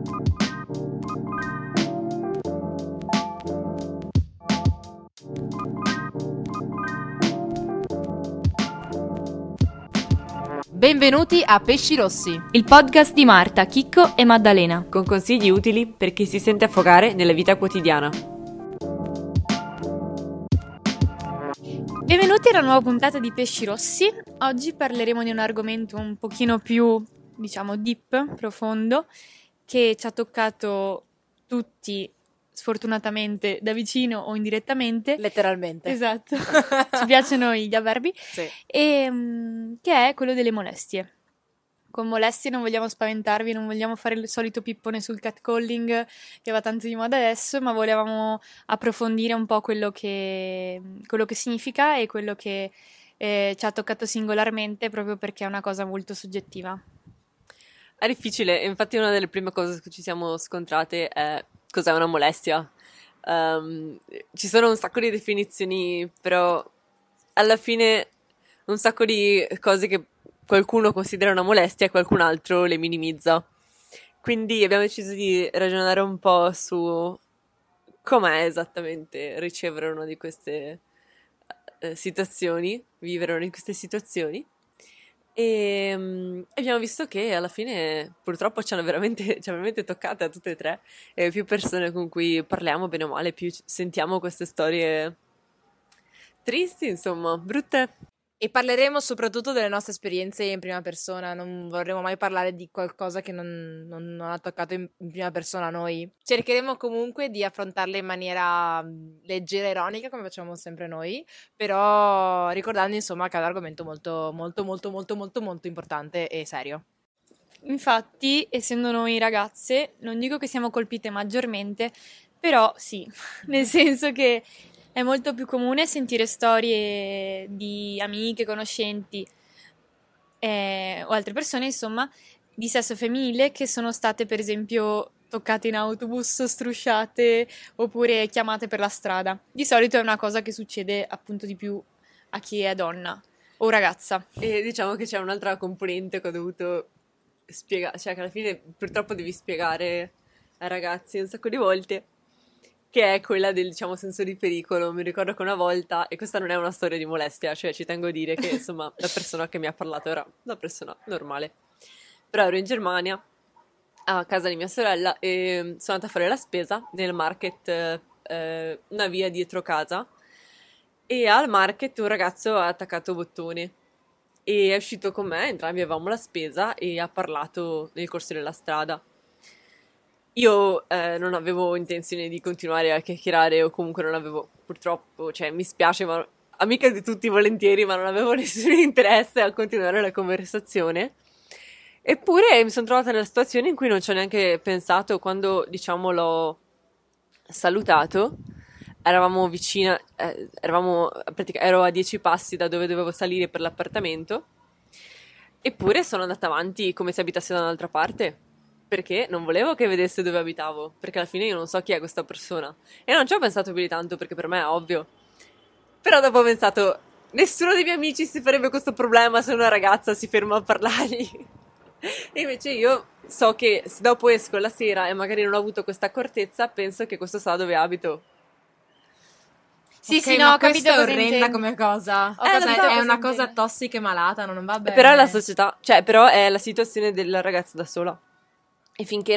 Benvenuti a Pesci Rossi, il podcast di Marta, Chicco e Maddalena, con consigli utili per chi si sente affogare nella vita quotidiana. Benvenuti alla nuova puntata di Pesci Rossi. Oggi parleremo di un argomento un pochino più, deep, profondo, che ci ha toccato tutti, sfortunatamente, da vicino o indirettamente. letteralmente. Esatto, ci piacciono gli avverbi. Sì. E che è quello delle molestie. Con molestie non vogliamo spaventarvi, non vogliamo fare il solito pippone sul catcalling che va tanto di moda adesso, ma volevamo approfondire un po' quello che significa e quello che ci ha toccato singolarmente, proprio perché è una cosa molto soggettiva. È difficile, infatti una delle prime cose che ci siamo scontrate è cos'è una molestia. Ci sono un sacco di definizioni, però alla fine un sacco di cose che qualcuno considera una molestia e qualcun altro le minimizza. Quindi abbiamo deciso di ragionare un po' su com'è esattamente ricevere una di queste situazioni, vivere una di queste situazioni. E abbiamo visto che alla fine purtroppo ci hanno veramente toccate a tutte e tre, e più persone con cui parliamo bene o male, più sentiamo queste storie tristi, insomma, brutte. E parleremo soprattutto delle nostre esperienze in prima persona, non vorremmo mai parlare di qualcosa che non ha toccato in prima persona a noi. Cercheremo comunque di affrontarle in maniera leggera e ironica, come facciamo sempre noi, però ricordando insomma che è un argomento molto importante e serio. Infatti, essendo noi ragazze, non dico che siamo colpite maggiormente, però sì, nel senso che è molto più comune sentire storie di amiche, conoscenti o altre persone, insomma, di sesso femminile che sono state, per esempio, toccate in autobus, strusciate oppure chiamate per la strada. Di solito è una cosa che succede appunto di più a chi è donna o ragazza. E diciamo che c'è un'altra componente che ho dovuto spiegare, cioè che alla fine purtroppo devi spiegare ai ragazzi un sacco di volte, che è quella del, senso di pericolo. Mi ricordo che una volta, e questa non è una storia di molestia, cioè ci tengo a dire che insomma la persona che mi ha parlato era una persona normale, però ero in Germania a casa di mia sorella e sono andata a fare la spesa nel market, una via dietro casa, e al market un ragazzo ha attaccato bottone e è uscito con me, entrambi avevamo la spesa e ha parlato nel corso della strada. Io non avevo intenzione di continuare a chiacchierare, o comunque non avevo, purtroppo, mi spiace, ma amica di tutti volentieri, ma non avevo nessun interesse a continuare la conversazione. Eppure mi sono trovata nella situazione in cui non ci ho neanche pensato. Quando, l'ho salutato, eravamo vicina, ero a 10 passi da dove dovevo salire per l'appartamento, eppure sono andata avanti come se abitassi da un'altra parte, perché non volevo che vedesse dove abitavo, perché alla fine io non so chi è questa persona. E non ci ho pensato più di tanto, perché per me è ovvio. Però dopo ho pensato, nessuno dei miei amici si farebbe questo problema se una ragazza si ferma a parlargli. E invece io so che se dopo esco la sera e magari non ho avuto questa accortezza, penso che questo sa dove abito. Sì, Okay, sì, no, ho capito questa è cosa orrenda intendi. come cosa. Ho capito Cioè, cosa è una intendi. cosa tossica e malata, non va bene. Però è la società, però è la situazione della ragazza da sola. E finché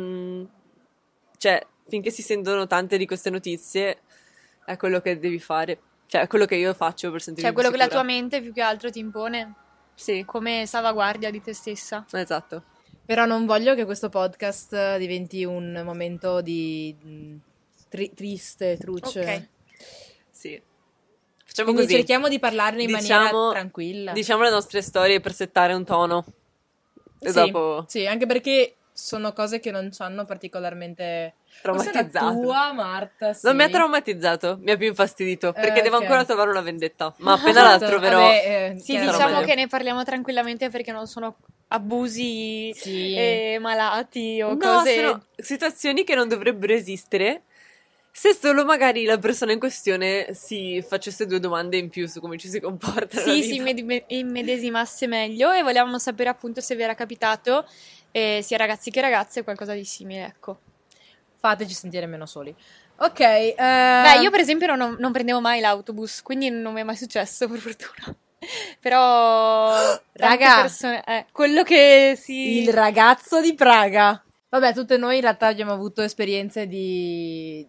finché si sentono tante di queste notizie, è quello che devi fare. Cioè, è quello che io faccio per sentirmi Cioè, quello più che la sicura. tua mente più che altro ti impone Sì, come salvaguardia di te stessa. esatto. Però non voglio che questo podcast diventi un momento di triste, truce. Ok. Sì. Facciamo Quindi così. cerchiamo di parlarne in maniera tranquilla. Diciamo le nostre storie per settare un tono. E Sì, dopo sì, anche perché sono cose che non ci hanno particolarmente traumatizzato. Forse la tua, Marta, sì. Non mi ha traumatizzato, mi ha più infastidito, perché devo ok. ancora trovare una vendetta. Ma appena la troverò... Vabbè, Sì, Sarà diciamo meglio. che ne parliamo tranquillamente perché non sono abusi Sì. malati o No, cose. sono situazioni che non dovrebbero esistere, se solo magari la persona in questione si facesse 2 domande in più su come ci si comporta nella Sì, vita. si immedesimasse meglio, e volevamo sapere appunto se vi era capitato sia ragazzi che ragazze, qualcosa di simile, ecco. Fateci sentire meno soli. Ok. Beh, io per esempio non prendevo mai l'autobus, quindi non mi è mai successo, per fortuna. Però tante Raga, persone, quello che si... il ragazzo di Praga. Vabbè, tutte noi in realtà abbiamo avuto esperienze di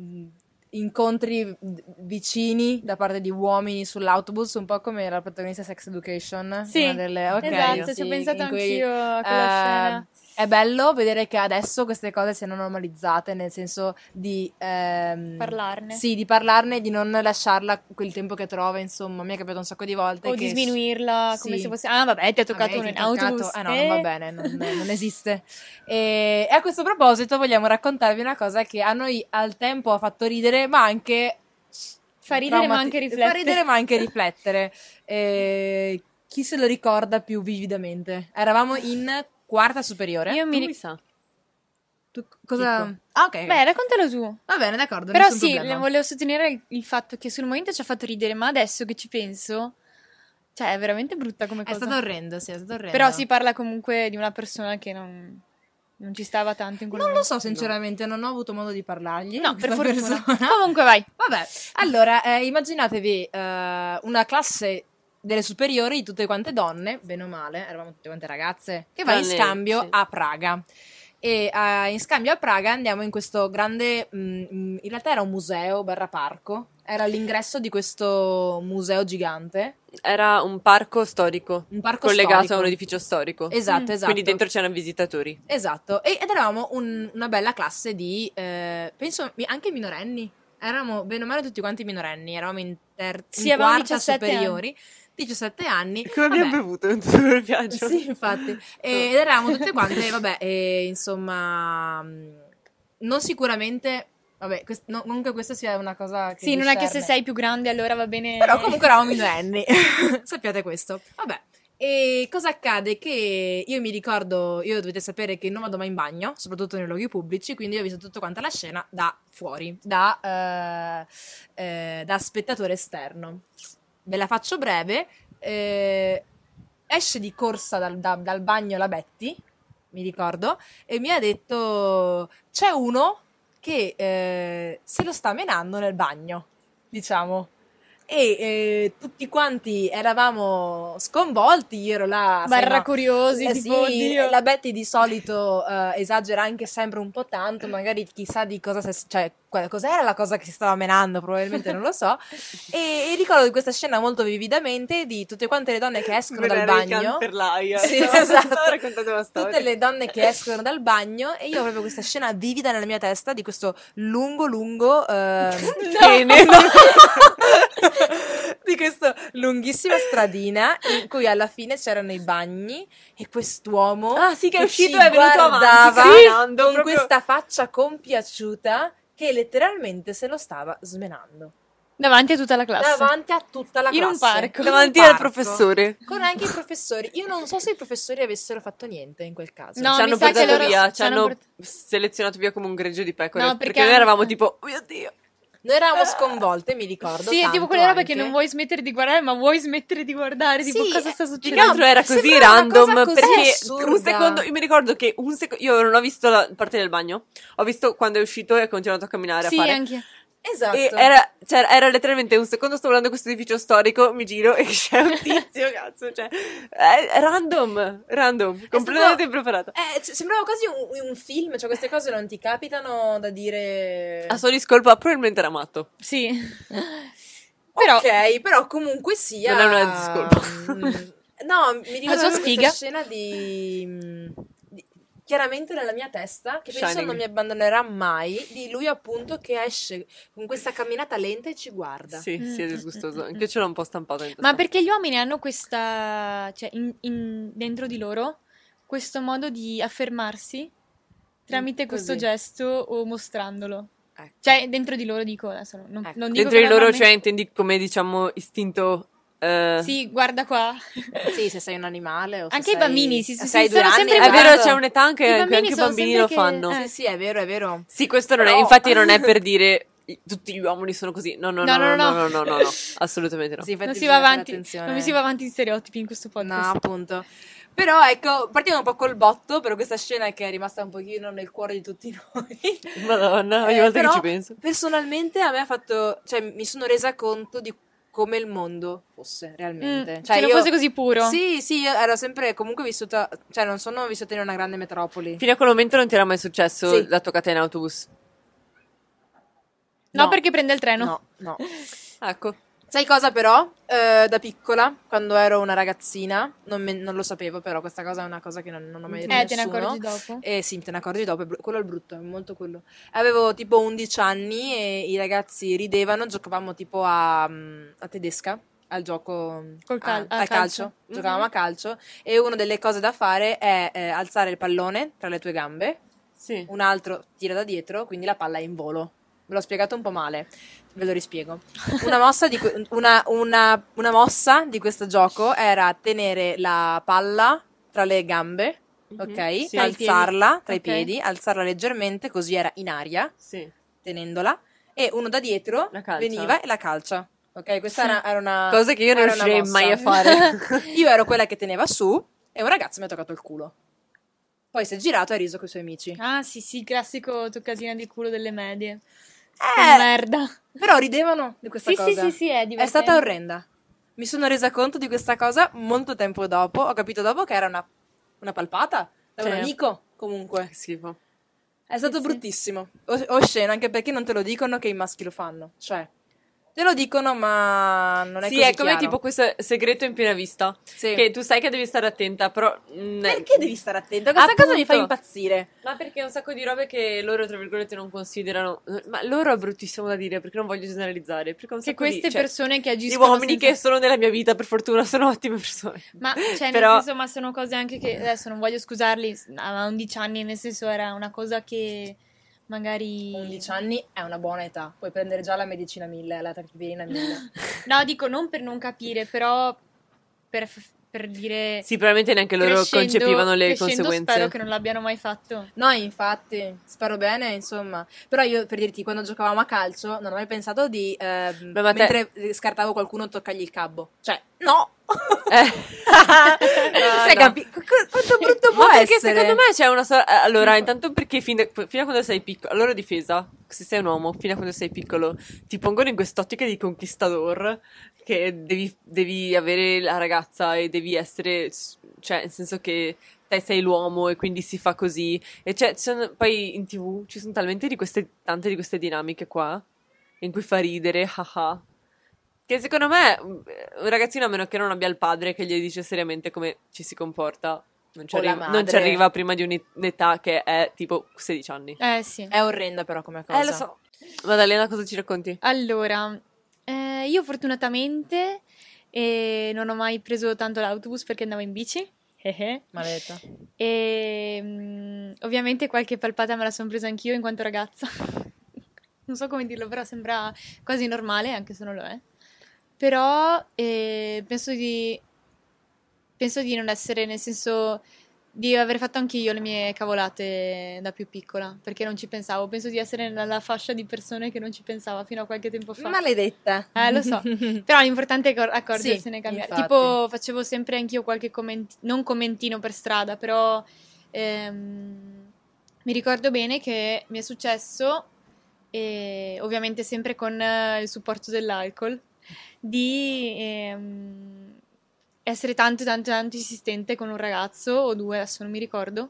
incontri vicini da parte di uomini sull'autobus, un po' come la protagonista Sex Education. Sì, una delle... ok, esatto, sì, ci ho pensato in cui, anch'io a quella scena. È bello vedere che adesso queste cose siano normalizzate, nel senso di Parlarne. Sì, di parlarne, di non lasciarla quel tempo che trova, insomma. Mi è capitato un sacco di volte O che di sminuirla come sì. se fosse... Ah, vabbè, ti ha toccato Vabbè, un ti è toccato. autobus. No, non va bene, non esiste. E a questo proposito vogliamo raccontarvi una cosa che a noi al tempo ha fatto ridere, ma anche Fa ridere ma anche riflettere. Fa ridere ma anche riflettere. Chi se lo ricorda più vividamente? Eravamo in quarta superiore. Io Tu mi sa. Tu cosa... Tipo. Ah, ok. Beh, raccontalo tu. Va bene, d'accordo. Però nessun sì, problema. volevo sottolineare il fatto che sul momento ci ha fatto ridere, ma adesso che ci penso, cioè è veramente brutta come È cosa. stato orrendo, sì, è stato orrendo. Però si parla comunque di una persona che non ci stava tanto in quel Non lo momento. so, sinceramente, non ho avuto modo di parlargli. No, a per questa fortuna. persona. Comunque vai. Vabbè, allora, immaginatevi una classe delle superiori di tutte quante donne, bene o male, eravamo tutte quante ragazze, che va in Tranne- scambio sì. a Praga. E in scambio a Praga andiamo in questo grande, in realtà era un museo barra parco, era l'ingresso di questo museo gigante, Era un parco storico. un parco collegato storico. a un edificio storico. Esatto, esatto. Quindi dentro c'erano visitatori. Esatto, ed eravamo una bella classe di, penso, anche minorenni. Eravamo bene o male tutti quanti minorenni, eravamo in Sì, avevamo quarta 17 superiori, 17 anni. Come abbiamo Vabbè, bevuto in tutto il viaggio? sì, infatti. Ed eravamo tutte quante, vabbè, insomma, non sicuramente, vabbè, non che questa sia una cosa che Sì, non è che se discerne. sei più grande allora va bene. Però comunque eravamo minorenni, sappiate questo. Vabbè, e cosa accade? Che io mi ricordo, io dovete sapere che non vado mai in bagno, soprattutto nei luoghi pubblici, quindi ho visto tutta quanta la scena da fuori, da spettatore esterno. Ve la faccio breve. Esce di corsa dal bagno la Betty, mi ricordo, e mi ha detto: c'è uno che se lo sta menando nel bagno, diciamo. E tutti quanti eravamo sconvolti, io ero là, sai, Barra no? curiosi, tipo, Sì, oddio. la Betty di solito esagera anche sempre un po' tanto, magari chissà di cosa, cioè cos'era la cosa che si stava menando, probabilmente non lo so. E ricordo di questa scena molto vividamente di tutte quante le donne che escono dal bagno. Per l'aia. Sì, Stavo esatto. raccontando una storia. Tutte le donne che escono dal bagno e io ho proprio questa scena vivida nella mia testa di questo lungo Pene, no. di questa lunghissima stradina in cui alla fine c'erano i bagni e quest'uomo Ah, sì, che è uscito ci e è venuto avanti, guardava camminando, con proprio- questa faccia compiaciuta che letteralmente se lo stava smenando Davanti a tutta la classe. davanti a tutta la In un classe. parco. In Davanti un al parco. professore. Con anche i professori. Io non so se i professori avessero fatto niente in quel caso. No, Ci hanno mi sa che portato loro via, ci ci hanno hanno selezionato via come un greggio di pecore. No, perché perché noi hanno- eravamo tipo, oh mio Dio. Noi eravamo sconvolte, mi ricordo. Sì, è tipo tanto quelle robe che anche. non vuoi smettere di guardare, ma vuoi smettere di guardare, tipo Sì, cosa sta Più che succedendo? altro era così sembrava una random cosa così perché assurda. un secondo, io mi ricordo che io non ho visto la parte del bagno, ho visto quando è uscito e ha continuato a camminare Sì, a fare. anche. Esatto. E era letteralmente un secondo sto guardando questo edificio storico, mi giro e c'è un tizio, cazzo, cioè, è random, completamente impreparato. Sembrava quasi un film, cioè queste cose non ti capitano da dire... A sua discolpa probabilmente era matto. Sì. Però Ok, però comunque sia... Non è una discolpa. No, mi ricordo sua questa sfiga. scena chiaramente nella mia testa, che penso Shining. non mi abbandonerà mai, di lui appunto che esce con questa camminata lenta e ci guarda. Sì, è disgustoso. Anche io ce l'ho un po' stampato in testa. Ma perché gli uomini hanno questa, cioè dentro di loro, questo modo di affermarsi tramite questo Così. gesto o mostrandolo. Ecco. Cioè, dentro di loro dico, adesso non Ecco. dico Dentro che di loro, normalmente- cioè, intendi come, diciamo, istinto... Sì, guarda qua. Sì, se sei un animale o se Anche i sei- bambini, se sì, sei sono 2 anni, sempre È Esatto. vero, c'è un'età anche I in cui bambini anche i sono bambini sempre lo che- fanno. Sì, sì, è vero, è vero. Sì, questo non è, Però- infatti non è per dire tutti gli uomini sono così. No, assolutamente no. Sì, infatti Non si bisogna va fare avanti, attenzione. non mi si va avanti in stereotipi in questo No, podcast. appunto. Però ecco, partiamo un po' col botto per questa scena che è rimasta un pochino nel cuore di tutti noi. Madonna, ogni volta però, che ci penso. Personalmente a me ha fatto, cioè mi sono resa conto di come il mondo fosse realmente. Cioè che non io- fosse così puro. Sì, io ero sempre comunque vissuta, cioè non sono vissuta in una grande metropoli. Fino a quel momento non ti era mai successo Sì. la toccata in autobus? No, perché prende il treno. No. Ecco. Sai cosa però? Da piccola, quando ero una ragazzina, non lo sapevo, però questa cosa è una cosa che non ho mai detto a Te ne nessuno. accorgi dopo? Sì, te ne accorgi dopo, quello è il brutto, è molto quello. Avevo tipo 11 anni e i ragazzi ridevano, giocavamo tipo a tedesca, al gioco, Al al calcio. Mhm. Giocavamo a calcio e una delle cose da fare è alzare il pallone tra le tue gambe, Sì. un altro tira da dietro, quindi la palla è in volo. Ve l'ho spiegato un po' male, ve lo rispiego. Una mossa una mossa di questo gioco era tenere la palla tra le gambe, ok? Sì. Alzarla tra i Ok. piedi, alzarla leggermente, così era in aria, Sì. tenendola, e uno da dietro La calcia. veniva e la calcia. Ok, questa era una Cosa che io non era una riuscirei mossa. mai a fare. Io ero quella che teneva su e un ragazzo mi ha toccato il culo. Poi si è girato e ha riso con i suoi amici. Ah, sì, classico toccatina di culo delle medie. Che Eh, merda. Però ridevano di questa Sì, cosa. sì, è divertente. È stata orrenda. Mi sono resa conto di questa cosa molto tempo dopo. Ho capito dopo che era una palpata da un Sì. amico, comunque. Che schifo. È stato Sì. bruttissimo. Osceno, anche perché non te lo dicono che i maschi lo fanno. Cioè, te lo dicono, ma non è Sì, così è come chiaro. tipo questo segreto in piena vista. Sì. Che tu sai che devi stare attenta, però. Perché devi stare attento? Questa cosa mi fa Appunto. impazzire. Ma perché un sacco di robe che loro, tra virgolette, non considerano. Ma loro è bruttissimo da dire, perché non voglio generalizzare. Perché un Che sacco di, queste cioè, persone che gli agiscono uomini senza... che sono nella mia vita, per fortuna, sono ottime persone. Ma, cioè, Però- nel senso, ma sono cose anche che... Adesso non voglio scusarli, a 11 anni, nel senso, era una cosa che magari... 11 anni è una buona età. Puoi prendere già la medicina 1000, la tachipirina 1000. No, dico, non per non capire, però per dire... Sì, probabilmente neanche loro crescendo- concepivano le crescendo conseguenze. spero che non l'abbiano mai fatto. No, infatti, spero bene, insomma. Però io, per dirti, quando giocavamo a calcio, non ho mai pensato di, ma te- mentre scartavo qualcuno, toccargli il cabbo. Cioè, no! Cioè, No. quanto brutto può Ma perché essere? secondo me c'è una allora, intanto perché fino a quando sei piccolo, a loro difesa, se sei un uomo, fino a quando sei piccolo, ti pongono in quest'ottica di conquistador, che devi avere la ragazza e devi essere, cioè, nel senso che te sei l'uomo e quindi si fa così. E cioè, poi in TV ci sono talmente tante di queste dinamiche qua, in cui fa ridere, haha. Che secondo me un ragazzino, a meno che non abbia il padre che gli dice seriamente come ci si comporta, non ci O la arriva, non ci madre. arriva prima di un'età che è tipo 16 anni. Sì. È orrenda però come cosa. Lo so. Maddalena, cosa ci racconti? Allora, io fortunatamente non ho mai preso tanto l'autobus perché andavo in bici. Maledetta. E ovviamente qualche palpata me la sono presa anch'io in quanto ragazza. Non so come dirlo, però sembra quasi normale, anche se non lo è. Però penso di non essere, nel senso di aver fatto anche io le mie cavolate da più piccola, perché non ci pensavo. Penso di essere nella fascia di persone che non ci pensava fino a qualche tempo fa. Maledetta. Lo so. Però l'importante è accorgersene Sì, e cambiare. infatti. Tipo, facevo sempre anch'io qualche non commentino per strada, però mi ricordo bene che mi è successo, e ovviamente sempre con il supporto dell'alcol, di essere tanto insistente con un ragazzo o due, adesso non mi ricordo.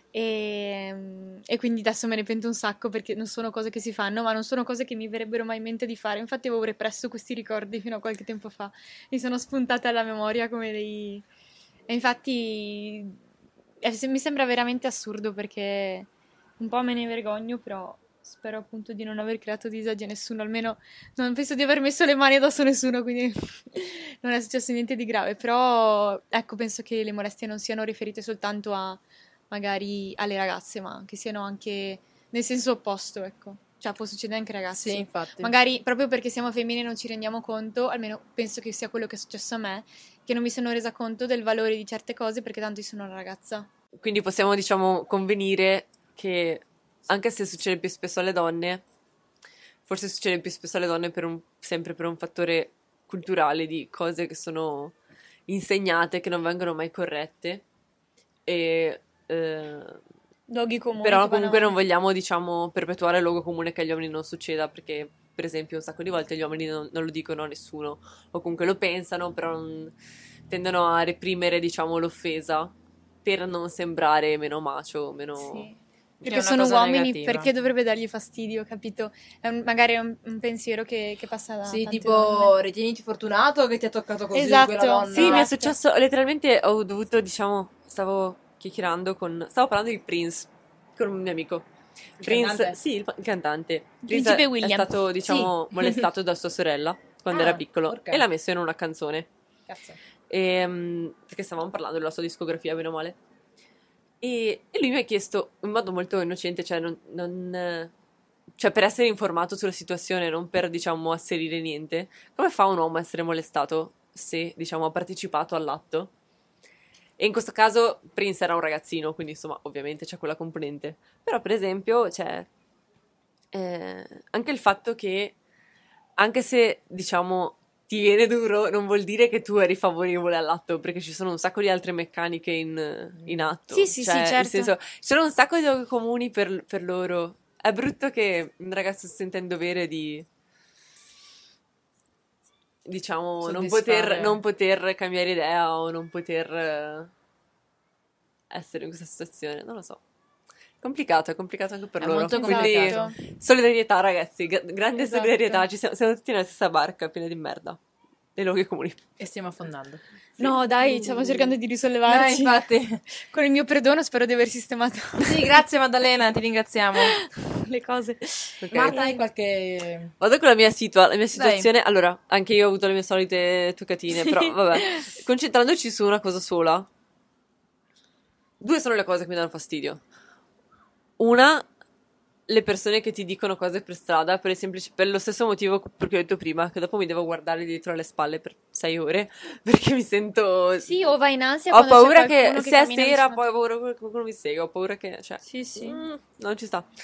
E quindi adesso me ne pento un sacco perché non sono cose che si fanno, ma non sono cose che mi verrebbero mai in mente di fare. Infatti avevo represso questi ricordi fino a qualche tempo fa, mi sono spuntate alla memoria come dei... E infatti mi sembra veramente assurdo perché un po' me ne vergogno, però spero appunto di non aver creato disagi a nessuno, almeno non penso di aver messo le mani addosso a nessuno, quindi non è successo niente di grave. Però ecco, penso che le molestie non siano riferite soltanto a magari alle ragazze, ma che siano anche nel senso opposto, ecco. Cioè può succedere anche ai ragazzi. Sì, infatti. Magari proprio perché siamo femmine non ci rendiamo conto, almeno penso che sia quello che è successo a me, che non mi sono resa conto del valore di certe cose perché tanto io sono una ragazza. Quindi possiamo, diciamo, convenire che anche se succede più spesso alle donne, forse succede più spesso alle donne sempre per un fattore culturale di cose che sono insegnate, che non vengono mai corrette. E Luoghi comuni. però che vanno comunque non avanti. vogliamo, diciamo, perpetuare il luogo comune che agli uomini non succeda, perché per esempio un sacco di volte gli uomini non lo dicono a nessuno, o comunque lo pensano, però tendono a reprimere, diciamo, l'offesa per non sembrare meno macho, meno... Sì. Che è Perché una sono cosa uomini, negativa. perché dovrebbe dargli fastidio, capito? Magari è un pensiero che passa da Sì, tante tipo, donne. ritieniti fortunato che ti ha toccato così Esatto. quella donna. Sì, mi è Esatto. successo, letteralmente ho dovuto, diciamo, stavo parlando di Prince con un mio amico. Il Prince, cantante? sì, il cantante. Principe Prince William. è stato, diciamo, Sì. molestato da sua sorella quando Ah, era piccolo ok. e l'ha messo in una canzone. Cazzo. Perché stavamo parlando della sua discografia, bene o male. E lui mi ha chiesto in modo molto innocente, cioè cioè per essere informato sulla situazione, non per, diciamo, asserire niente, come fa un uomo a essere molestato se, diciamo, ha partecipato all'atto? E in questo caso Prince era un ragazzino, quindi insomma, ovviamente c'è quella componente. Però, per esempio, c'è anche il fatto che, anche se, diciamo, ti viene duro, non vuol dire che tu eri favorevole all'atto, perché ci sono un sacco di altre meccaniche in atto. Sì, sì, Cioè, sì, nel certo. senso, ci sono un sacco di luoghi comuni per loro. È brutto che un ragazzo si senta in dovere di, diciamo, Soddisfare. non poter cambiare idea o non poter essere in questa situazione, non lo so. È complicato anche per È loro. molto Quindi, complicato. solidarietà, ragazzi, grande Esatto. solidarietà, siamo tutti nella stessa barca piena di merda. Dei luoghi comuni. E stiamo affondando. No, dai, stiamo cercando di Dai, risollevarci. infatti. Con il mio perdono spero di aver sistemato Sì, grazie Maddalena, ti ringraziamo. le cose. Ok. Marta, hai qualche... Vado con la mia situazione. Allora, anche io ho avuto le mie solite toccatine, però vabbè. Concentrandoci su una cosa sola. Due sono le cose che mi danno fastidio. Una, le persone che ti dicono cose per strada per lo stesso motivo per cui ho detto prima, che dopo mi devo guardare dietro alle spalle per 6 ore, perché mi sento... Sì, o vai in ansia Ho quando paura c'è che qualcuno se è cammina sera, vicino a poi te. ho paura che qualcuno mi segua, ho paura che... Cioè, Sì, sì. non ci sta.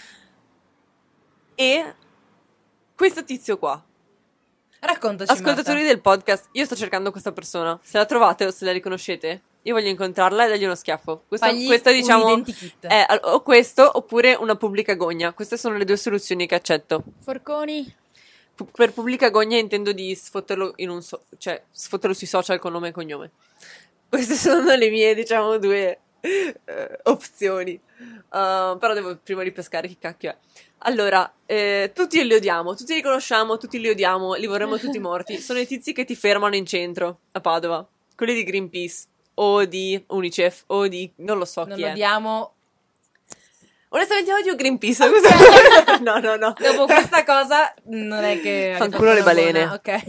E questo tizio qua, Raccontaci, ascoltatori Marta. del podcast, io sto cercando questa persona. Se la trovate o se la riconoscete, io voglio incontrarla e dargli uno schiaffo. Fagli Questo un diciamo, identikit. è o questo oppure una pubblica gogna. Queste sono le due soluzioni che accetto. Forconi. Per pubblica gogna intendo di sfotterlo cioè sfotterlo sui social con nome e cognome. Queste sono le mie, diciamo, due opzioni. Però devo prima ripescare chi cacchio è. Allora, tutti li odiamo, tutti li conosciamo, tutti li odiamo, li vorremmo tutti morti. Sono i tizi che ti fermano in centro a Padova, quelli di Greenpeace o di Unicef o di non lo so Non chi lo è. diamo. Onestamente odio Greenpeace. No. Dopo questa cosa non è che... Fanculo le balene. Ok.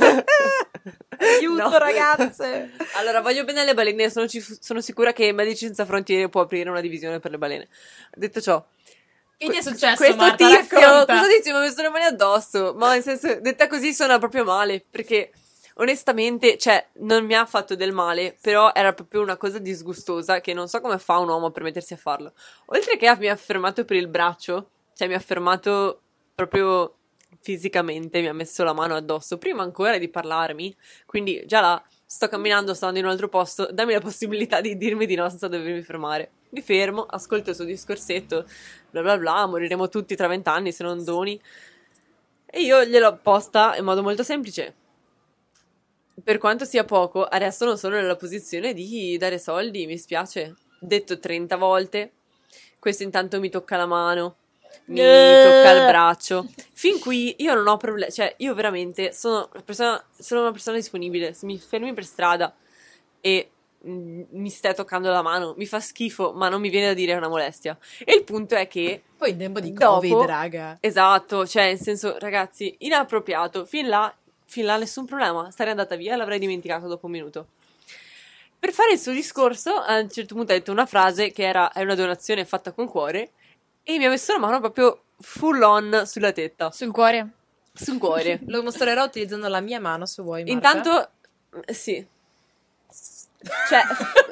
Aiuto, No. ragazze. Allora, voglio bene alle balene, sono sicura che Medici Senza Frontiere può aprire una divisione per le balene. Detto ciò, Che ti è successo, questo Marta? tizio Racconta. mi ha messo le mani addosso, ma nel senso, detta così suona proprio male, perché onestamente, cioè, non mi ha fatto del male, però era proprio una cosa disgustosa che non so come fa un uomo a permettersi a farlo. Oltre che mi ha fermato per il braccio, cioè mi ha fermato proprio fisicamente, mi ha messo la mano addosso, prima ancora di parlarmi, quindi già là sto camminando, sto andando in un altro posto, dammi la possibilità di dirmi di no senza dovermi fermare. Mi fermo, ascolto il suo discorsetto, bla bla bla, moriremo tutti tra 20 anni se non doni. E io gliel'ho posta in modo molto semplice. Per quanto sia poco, adesso non sono nella posizione di dare soldi, mi spiace. Detto 30 volte, questo intanto mi tocca la mano, mi tocca il braccio. Fin qui io non ho problemi, cioè io veramente sono una persona disponibile. Se mi fermi per strada e mi stai toccando la mano, mi fa schifo, ma non mi viene da dire una molestia. E il punto è che Poi in tempo di dopo- Covid, raga. esatto, cioè nel senso, ragazzi, inappropriato, fin là nessun problema, sarei andata via e l'avrei dimenticato dopo un minuto. Per fare il suo discorso, a un certo punto ha detto una frase che è una donazione fatta con cuore e mi ha messo la mano proprio full on sulla tetta, Sul cuore. sul cuore. Lo mostrerò utilizzando la mia mano, se vuoi, Marta. Intanto, sì. Cioè,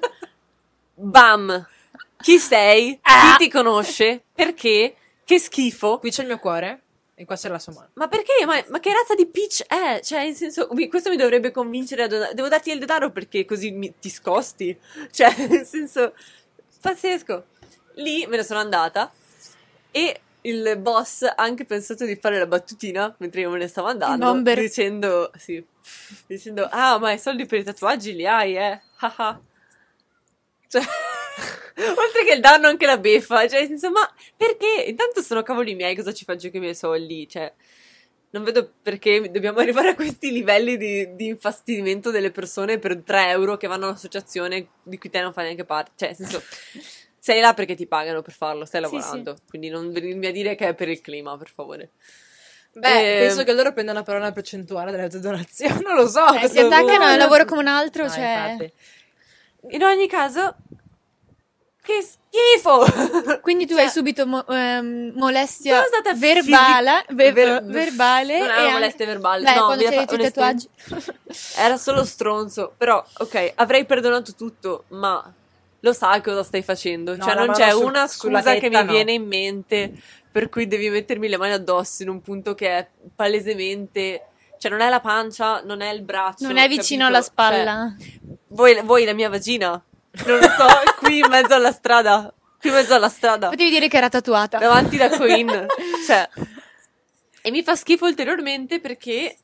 bam, chi sei? Chi ti conosce? Perché? Che schifo. Qui c'è il mio cuore. E qua c'è la sua mano. Ma perché? Ma che razza di pitch è? Cioè, in senso, questo mi dovrebbe convincere a devo darti il denaro perché così ti scosti. Cioè, nel senso, pazzesco. Lì me ne sono andata e il boss ha anche pensato di fare la battutina mentre io me ne stavo andando, dicendo, ah, ma i soldi per i tatuaggi li hai, haha. Cioè, oltre che il danno anche la beffa, cioè, insomma, perché? Intanto sono cavoli miei, cosa ci faccio con i miei soldi? Cioè, non vedo perché dobbiamo arrivare a questi livelli di infastidimento delle persone per 3 euro che vanno a un'associazione di cui te non fai neanche parte. Cioè, nel senso, sei là perché ti pagano per farlo, stai lavorando. Sì. Quindi non venirmi a dire che è per il clima, per favore. Beh, penso che loro prendano però una percentuale delle tue donazioni, non lo so. Si attaccano al lavoro come un altro, no, cioè... Infatti. In ogni caso, che schifo! Quindi tu hai subito molestia verbale. Non era molestia verbale. Beh, no, quando ti hai detto i tatuaggi. Era solo stronzo. Però, ok, avrei perdonato tutto, ma lo sai cosa stai facendo. No, cioè, non c'è una scusa che mi viene in mente per cui devi mettermi le mani addosso in un punto che è palesemente... Cioè, non è la pancia, non è il braccio. Non è vicino alla spalla. Cioè, voi la mia vagina? Non lo so, qui in mezzo alla strada. Potevi dire che era tatuata. Davanti da Queen. Cioè. E mi fa schifo ulteriormente perché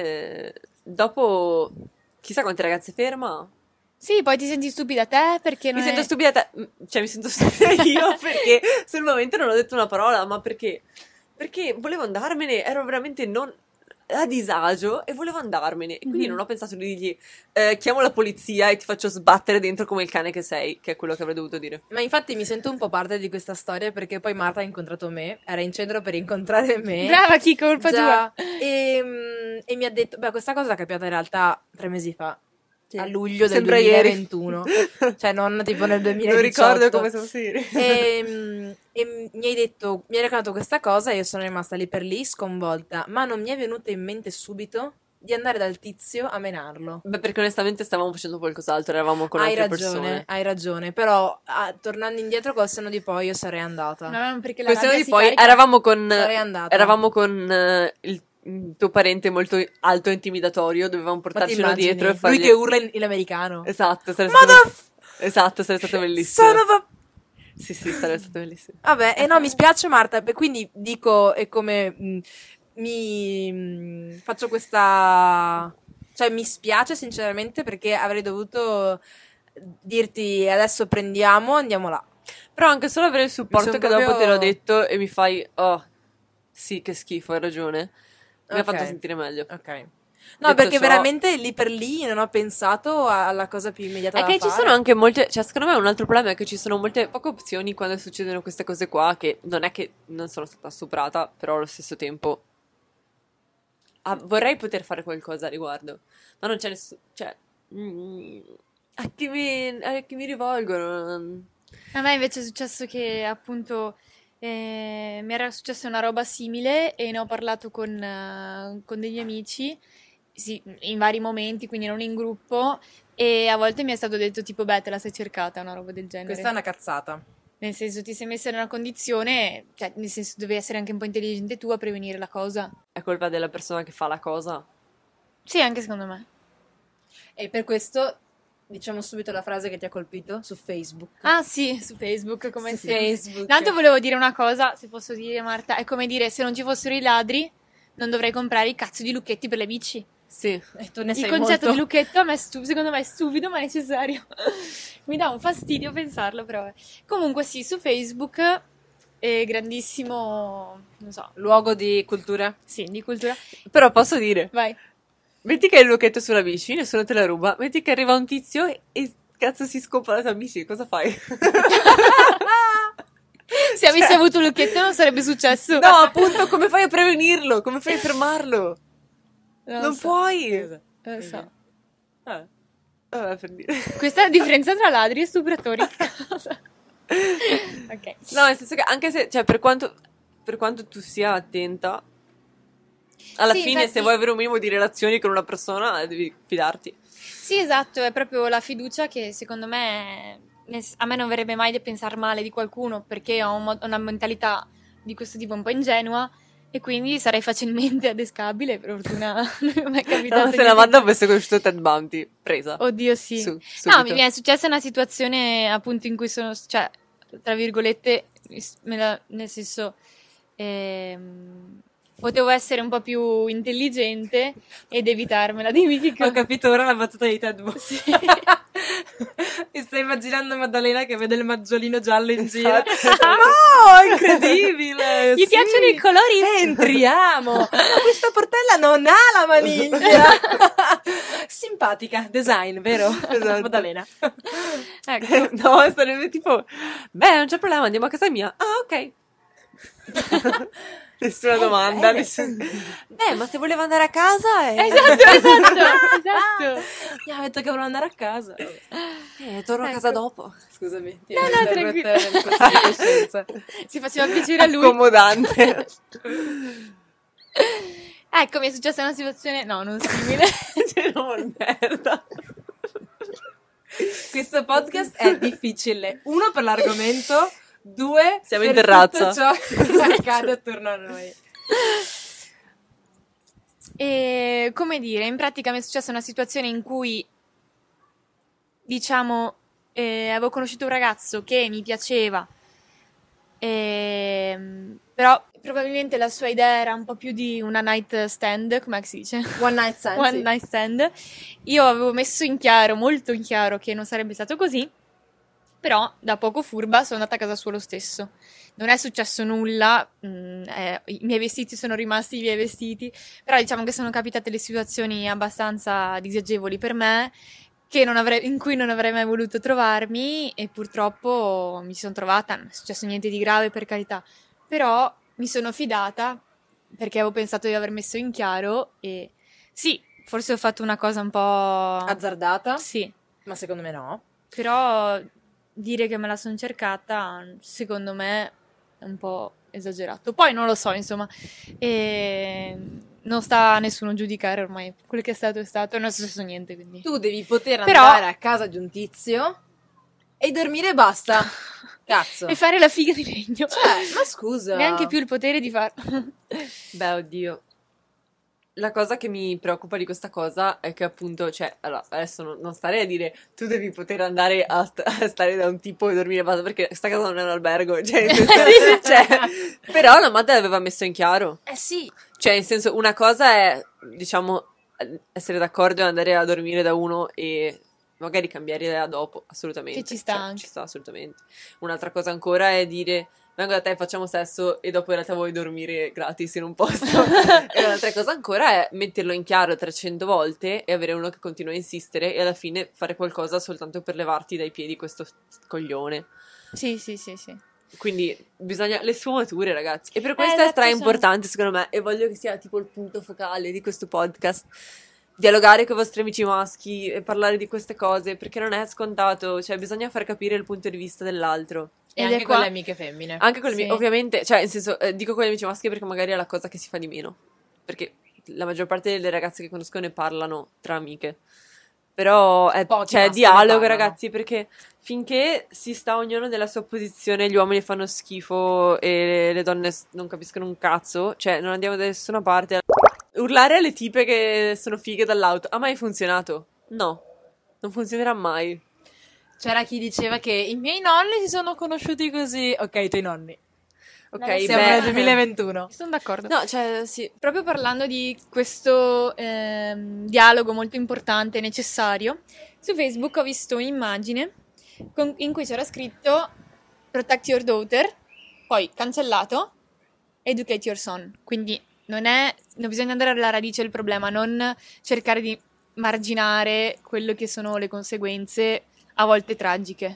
dopo chissà quante ragazze ferma. Sì, poi ti senti stupida te perché non sento stupida te. Cioè, mi sento stupida io perché sul momento non ho detto una parola, ma perché? Perché volevo andarmene, ero veramente non... a disagio e volevo andarmene e quindi non ho pensato di dirgli chiamo la polizia e ti faccio sbattere dentro come il cane che sei, che è quello che avrei dovuto dire. Ma infatti mi sento un po' parte di questa storia perché poi Marta ha incontrato me, era in centro per incontrare me. Brava, chi colpa tua? E mi ha detto, beh, questa cosa è capitata in realtà 3 mesi fa. Sì. A luglio del Sembra 2021 cioè non tipo nel 2018. Non ricordo come sono ieri. E mi hai raccontato questa cosa e io sono rimasta lì per lì sconvolta, ma non mi è venuto in mente subito di andare dal tizio a menarlo. Beh, perché onestamente stavamo facendo qualcos'altro, eravamo con altre persone. Hai ragione, però tornando indietro col senno di poi io sarei andata. No, perché la col senno di poi sarei andata. Eravamo con il tuo parente molto alto e intimidatorio, dovevamo portarcelo dietro e fargli... Lui che urla in americano. Esatto, sarebbe stato bellissimo. Sì, sarebbe stato bellissimo. Vabbè, e no, mi spiace Marta, quindi dico, è come faccio questa... Cioè, mi spiace sinceramente perché avrei dovuto dirti adesso andiamo là. Però anche solo avere il supporto che dopo te l'ho detto e mi fai, oh, sì, che schifo, hai ragione. Mi ha fatto sentire meglio. Ok. No, perché veramente lì per lì non ho pensato alla cosa più immediata da fare. È che ci sono anche molte... Cioè, secondo me un altro problema è che ci sono poche opzioni quando succedono queste cose qua, che non è che non sono stata stuprata, però allo stesso tempo vorrei poter fare qualcosa a riguardo. Ma non c'è nessuno... Cioè... a chi mi rivolgono? A me invece è successo che appunto... mi era successa una roba simile e ne ho parlato con degli amici, sì, in vari momenti, quindi non in gruppo, e a volte mi è stato detto tipo, beh, te la sei cercata, una roba del genere. Questa è una cazzata. Nel senso, ti sei messa in una condizione, cioè, nel senso, devi essere anche un po' intelligente tu a prevenire la cosa. È colpa della persona che fa la cosa? Sì, anche secondo me. E per questo... Diciamo subito la frase che ti ha colpito su Facebook. Ah sì, su Facebook, come su sempre. Facebook. Tanto volevo dire una cosa, se posso dire Marta, è come dire se non ci fossero i ladri non dovrei comprare i cazzo di lucchetti per le bici. Sì. E tu ne sei il concetto molto... di lucchetto a me secondo me è stupido ma necessario. Mi dà un fastidio pensarlo però. Comunque sì, su Facebook è grandissimo, non so. Luogo di cultura? Sì, di cultura. Però posso dire... Vai. Metti che hai il lucchetto sulla bici, nessuno te la ruba. Metti che arriva un tizio e cazzo si scopa la tua bici, cosa fai? Se avessi avuto un lucchetto non sarebbe successo. No, appunto, come fai a prevenirlo? Come fai a fermarlo? Non puoi. Non lo so. Vabbè, per dire. Questa è la differenza tra ladri e stupratori. Ok. No, nel senso che anche se, cioè, per quanto tu sia attenta, alla fine, infatti, se vuoi avere un minimo di relazioni con una persona, devi fidarti. Sì, esatto, è proprio la fiducia che secondo me a me non verrebbe mai di pensare male di qualcuno perché ho una mentalità di questo tipo un po' ingenua e quindi sarei facilmente adescabile, per fortuna non mi è capitato No, se la niente. Madda avesse conosciuto Ted Bundy, presa. Oddio sì. Su, No, subito. mi è successa una situazione appunto in cui sono, cioè, tra virgolette, nel senso, potevo essere un po' più intelligente ed evitarmela. Dimmi che Ho cosa. capito ora la battuta di Ted Bundy. Sì. Mi stai immaginando Maddalena che vede il maggiolino giallo in giro. Esatto. No, incredibile! Gli piacciono i colori? Entriamo! Ma questa portella non ha la maniglia! Simpatica, design, vero? Esatto. Maddalena. Ecco. No, sarebbe tipo, beh, non c'è problema, andiamo a casa mia. Ah, ok. Nessuna domanda. Beh, ma se voleva andare a casa Esatto. Mi ha detto che volevo andare a casa. torno a casa dopo. Scusami. No, tranquillo. Tranquillo. Si faceva piacere a lui. Accomodante. Ecco, mi è successa una situazione, no, non simile. No, merda. Questo podcast è difficile. Uno, per l'argomento. Due, Siamo per in terrazza. tutto ciò che accade attorno a noi. E come dire, in pratica mi è successa una situazione in cui, diciamo, avevo conosciuto un ragazzo che mi piaceva, però probabilmente la sua idea era un po' più di una night stand, come si dice? One night stand. One sì. night stand. Io avevo messo in chiaro, molto in chiaro, che non sarebbe stato così, però da poco furba sono andata a casa sua lo stesso. Non è successo nulla, i miei vestiti sono rimasti i miei vestiti, però diciamo che sono capitate le situazioni abbastanza disagevoli per me, in cui non avrei mai voluto trovarmi, e purtroppo mi sono trovata, non è successo niente di grave per carità, però mi sono fidata perché avevo pensato di aver messo in chiaro, e sì, forse ho fatto una cosa un po'... Azzardata? Sì, Ma secondo me no. però dire che me la sono cercata, secondo me, è un po' esagerato. Poi non lo so, insomma, e non sta a nessuno giudicare ormai. Quello che è stato, non è successo niente, quindi. Tu devi poter Però- andare a casa di un tizio e dormire e basta. Cazzo. E fare la figa di legno. Cioè, ma scusa. Neanche più il potere di farlo. Beh, oddio. La cosa che mi preoccupa di questa cosa è che appunto, cioè, allora, adesso non starei a dire tu devi poter andare a stare da un tipo e dormire e basta, perché sta casa non è un albergo, cioè, nel senso, cioè, però la madre l'aveva messo in chiaro. Sì. Cioè, in senso, una cosa è, diciamo, essere d'accordo e andare a dormire da uno e magari cambiare idea dopo, assolutamente. Che ci sta Cioè, anche. ci sta assolutamente. Un'altra cosa ancora è dire vengo da te, facciamo sesso e dopo in realtà vuoi dormire gratis in un posto. E un'altra cosa ancora è metterlo in chiaro 300 volte e avere uno che continua a insistere e alla fine fare qualcosa soltanto per levarti dai piedi questo coglione. Sì. Quindi bisogna le sfumature, ragazzi. E per questo è esatto, stra importante, secondo me, e voglio che sia tipo il punto focale di questo podcast. Dialogare con i vostri amici maschi e parlare di queste cose, perché non è scontato, cioè bisogna far capire il punto di vista dell'altro. E Ed è anche qua- con le amiche femmine. Anche con le Sì. ovviamente, cioè, in senso, dico con gli amici maschi perché magari è la cosa che si fa di meno. Perché la maggior parte delle ragazze che conosco ne parlano tra amiche. Però Pochi c'è maschi dialogo, ne parlano. ragazzi, perché finché si sta ognuno nella sua posizione, gli uomini fanno schifo e le donne non capiscono un cazzo, cioè non andiamo da nessuna parte. Urlare alle tipe che sono fighe dall'auto ha mai funzionato? No, non funzionerà mai. C'era chi diceva che i miei nonni si sono conosciuti così. Ok, i tuoi nonni. Ok, Siamo beh, nel 2021. Sono d'accordo. No, cioè, sì. Proprio parlando di questo dialogo molto importante e necessario, su Facebook ho visto un'immagine in cui c'era scritto Protect your daughter, poi cancellato, Educate your son. Quindi non bisogna andare alla radice del problema, non cercare di marginare quello che sono le conseguenze, a volte tragiche.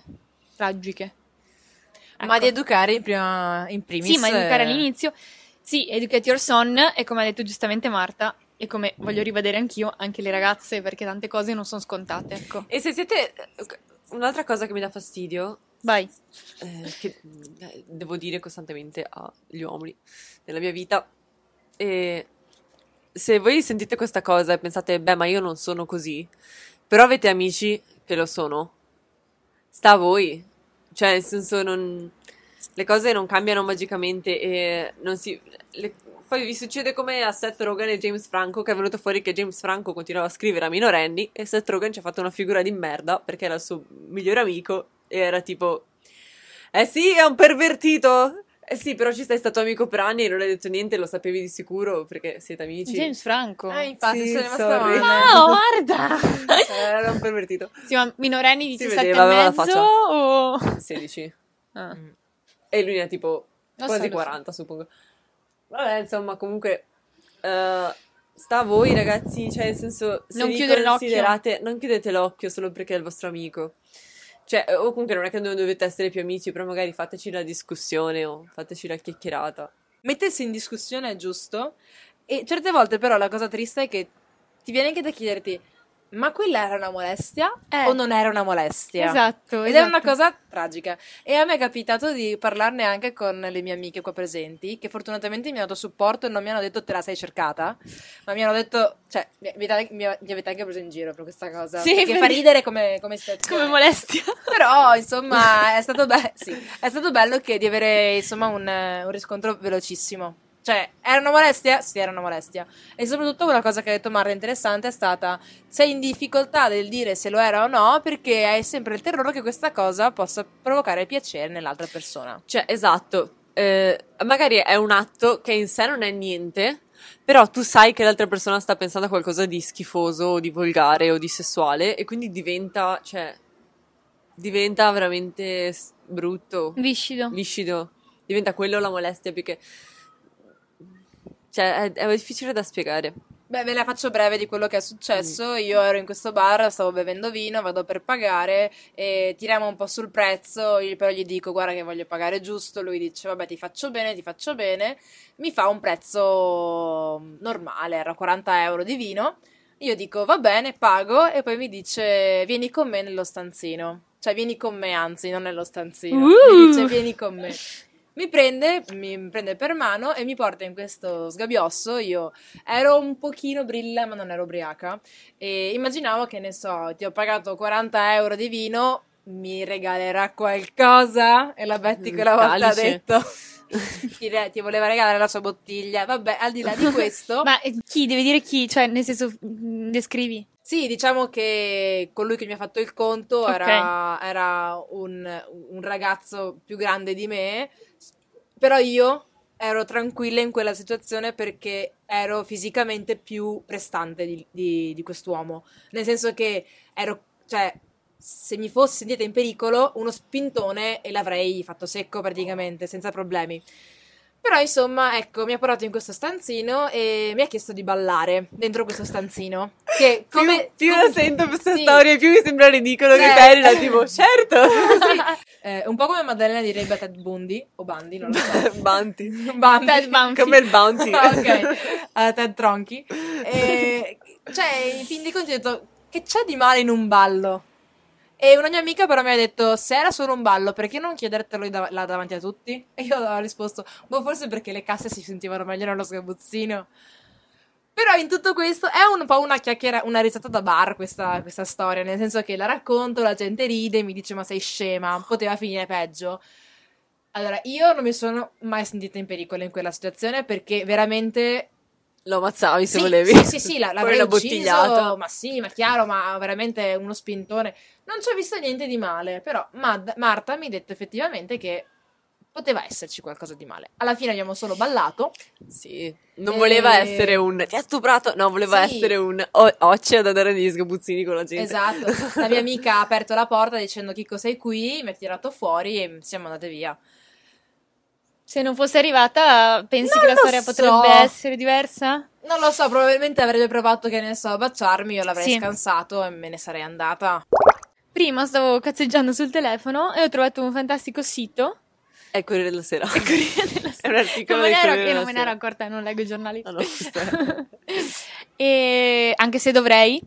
Ma Ecco. di educare in primis. Sì, ma educare all'inizio. Sì, educate your son, e come ha detto giustamente Marta, e come voglio ribadire anch'io, anche le ragazze, perché tante cose non sono scontate, ecco. E se siete... Un'altra cosa che mi dà fastidio, Vai. che devo dire costantemente agli uomini nella mia vita, e se voi sentite questa cosa e pensate, beh, ma io non sono così, però avete amici che lo sono, sta a voi. Cioè, nel senso, le cose non cambiano magicamente e non si... Poi vi succede come a Seth Rogen e James Franco, che è venuto fuori che James Franco continuava a scrivere a minorenni e Seth Rogen ci ha fatto una figura di merda perché era il suo migliore amico e era tipo sì, è un pervertito. Sì, però ci sei stato amico per anni e non hai detto niente, lo sapevi di sicuro perché siete amici. James Franco. Infatti, Sì, sono rimasta sorry. male. Oh, guarda! Era un pervertito. Sì, ma minorenni di Si 17 vedeva, e aveva la mezzo faccia. o... 16. Ah. E lui ne ha tipo Lo quasi so, lo so. 40, suppongo. Vabbè, insomma, comunque sta a voi, ragazzi, cioè, nel senso, se Non vi chiudere l'occhio. considerate, non chiudete l'occhio solo perché è il vostro amico. Cioè, o comunque non è che non dovete essere più amici, però magari fateci la discussione o fateci la chiacchierata. Mettersi in discussione è giusto, e certe volte però la cosa triste è che ti viene anche da chiederti: ma quella era una molestia o non era una molestia? Esatto, Ed è una cosa tragica. E a me è capitato di parlarne anche con le mie amiche qua presenti, che fortunatamente mi hanno dato supporto e non mi hanno detto te la sei cercata, ma mi hanno detto, cioè, mi avete anche preso in giro per questa cosa. Sì, perché fa ridere come situazione. come molestia. Però, insomma, è stato bello di avere, insomma, un riscontro velocissimo. Cioè, era una molestia? Sì, era una molestia. E soprattutto una cosa che ha detto Marta interessante è stata: sei in difficoltà del dire se lo era o no, perché hai sempre il terrore che questa cosa possa provocare piacere nell'altra persona. Cioè, esatto, magari è un atto che in sé non è niente, però tu sai che l'altra persona sta pensando a qualcosa di schifoso o di volgare o di sessuale e quindi diventa veramente brutto, Viscido. diventa quello la molestia più che... Cioè, è difficile da spiegare. Beh, ve la faccio breve di quello che è successo. Io ero in questo bar, stavo bevendo vino, vado per pagare e tiriamo un po' sul prezzo. Io però gli dico: guarda che voglio pagare giusto. Lui dice: vabbè, ti faccio bene, ti faccio bene. Mi fa un prezzo normale, era 40 euro di vino. Io dico: va bene, pago. E poi mi dice: vieni con me nello stanzino. Cioè, vieni con me, anzi, non nello stanzino. Mi dice: vieni con me. Mi prende per mano e mi porta in questo sgabiosso. Io ero un pochino brilla, ma non ero ubriaca. E immaginavo che, ne so, ti ho pagato 40 euro di vino, mi regalerà qualcosa? E la Betty quella volta ha Calice. detto ti voleva regalare la sua bottiglia. Vabbè, al di là di questo... Ma chi? Devi dire chi? Cioè, nel senso, descrivi. Sì, diciamo che colui che mi ha fatto il conto Ok. era un ragazzo più grande di me, però io ero tranquilla in quella situazione perché ero fisicamente più prestante di quest'uomo. Nel senso che cioè, se mi fossi sentita in pericolo, uno spintone e l'avrei fatto secco praticamente, senza problemi. Però insomma, ecco, mi ha portato in questo stanzino e mi ha chiesto di ballare dentro questo stanzino. Che come più la sento questa sì. storia, più mi sembra ridicolo che te eri là, tipo, certo! Sì. Un po' come Maddalena direbbe a Ted Bundy, o Bundy, non lo so. Bounty. Bundy. Ted Bundy. Come il Bounty. Ok, a Ted Tronchi. Cioè, in fin dei conti ho detto: che c'è di male in un ballo? E una mia amica però mi ha detto: se era solo un ballo, perché non chiedertelo là davanti a tutti? E io ho risposto: boh, forse perché le casse si sentivano meglio nello sgabuzzino. Però in tutto questo è un po' una chiacchiera, una risata da bar questa storia, nel senso che la racconto, la gente ride, mi dice: ma sei scema, poteva finire peggio. Allora, io non mi sono mai sentita in pericolo in quella situazione perché veramente... Lo ammazzavi se Sì, volevi. sì, Poi l'avrei una ucciso, bottigliata. ma sì, ma chiaro, ma veramente uno spintone. Non ci ho visto niente di male, però Marta mi ha detto effettivamente che poteva esserci qualcosa di male. Alla fine abbiamo solo ballato. Sì, non voleva essere un ti ha stuprato, no, voleva Sì. essere un occhio da dare degli sgabuzzini con la gente. Esatto, la mia amica ha aperto la porta dicendo: Chicco sei qui, mi ha tirato fuori e siamo andate via. Se non fosse arrivata, pensi Non che la lo storia so. potrebbe essere diversa? Non lo so, probabilmente avrebbe provato, che ne so, a baciarmi, io l'avrei Sì. scansato e me ne sarei andata. Prima stavo cazzeggiando sul telefono e ho trovato un fantastico sito. È il Corriere della Sera. Corriere della È un articolo Non del Corriere io della non me ne ero Sera. accorta, non leggo i giornali. Ah, no, questo è- E anche se dovrei.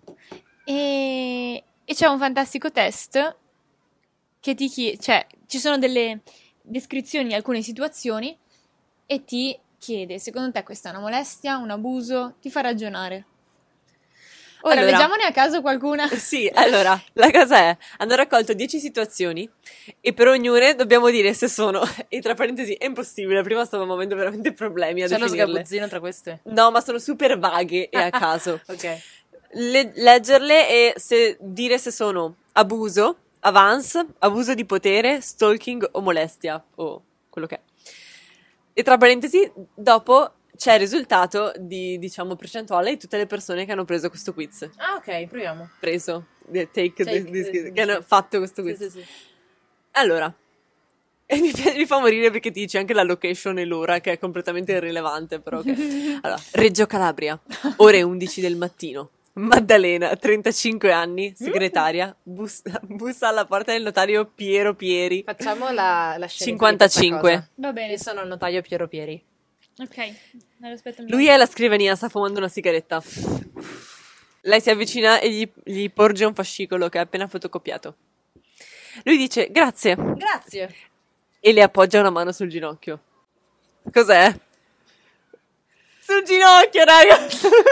E c'è un fantastico test che ti chiede, cioè ci sono delle descrizioni di alcune situazioni e ti chiede: secondo te questa è una molestia, un abuso? Ti fa ragionare. Ora, Allora. leggiamone a caso qualcuna. Sì, allora, la cosa è, hanno raccolto 10 situazioni e per ognuna dobbiamo dire se sono, e tra parentesi è impossibile, prima stavamo avendo veramente problemi a C'è lo definirle. sgabuzzino tra queste? No, ma sono super vaghe e a caso. Ok. Leggerle e dire se sono abuso, avance, abuso di potere, stalking o molestia, o quello che è. E tra parentesi, dopo c'è il risultato di, diciamo, percentuale di tutte le persone che hanno preso questo quiz. Ah, ok, proviamo. Che hanno fatto questo quiz. Sì. Allora, e mi fa morire perché ti dice anche la location e l'ora, che è completamente irrilevante, però. Allora, Reggio Calabria, ore 11 del mattino. Maddalena, 35 anni, segretaria, bussa alla porta del notario Piero Pieri. Facciamo la scena. 55. Va bene. Io sono il notaio Piero Pieri. Ok, me lo aspetto. Lui è alla scrivania, sta fumando una sigaretta. Lei si avvicina e gli porge un fascicolo che ha appena fotocopiato. Lui dice grazie Grazie. e le appoggia una mano sul ginocchio. Cos'è? Sul ginocchio, raga!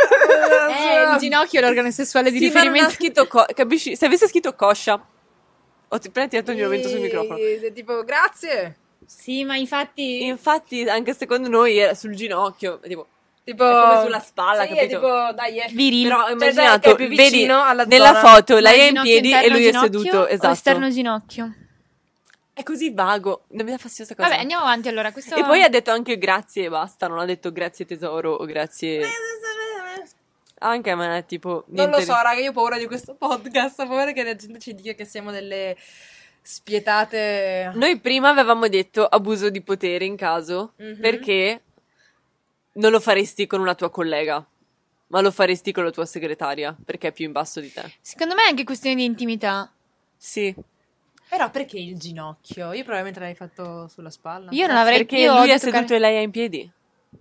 Il ginocchio è l'organo sessuale di Sì, ma non ha riferimento. scritto capisci? Se avesse scritto coscia, ho appena tirato il mio vento sul microfono. Tipo, grazie. Sì, ma infatti... Infatti, anche secondo noi era sul ginocchio, tipo, Tipo... è come sulla spalla, sì, capito? è tipo, dai, Viril. Però ho Cioè, immaginato, che è più vedi, vicino alla nella zona. foto Ma lei è in ginocchio piedi e interno lui è ginocchio seduto, o esatto. esterno ginocchio? È così vago, non mi dà fastidio sta cosa. Vabbè, andiamo avanti allora. Questo... E poi ha detto anche grazie e basta, non ha detto grazie tesoro o grazie... Anche a me, tipo, Non niente lo so, raga, io ho paura di questo podcast. Ho paura che la gente ci dica che siamo delle spietate. Noi prima avevamo detto abuso di potere in caso, Mhm. perché non lo faresti con una tua collega, ma lo faresti con la tua segretaria, perché è più in basso di te. Secondo me è anche questione di intimità. Sì, Però perché il ginocchio? Io probabilmente l'avrei fatto sulla spalla. Io non avrei... perché io lui odio è seduto toccare- e lei è in piedi.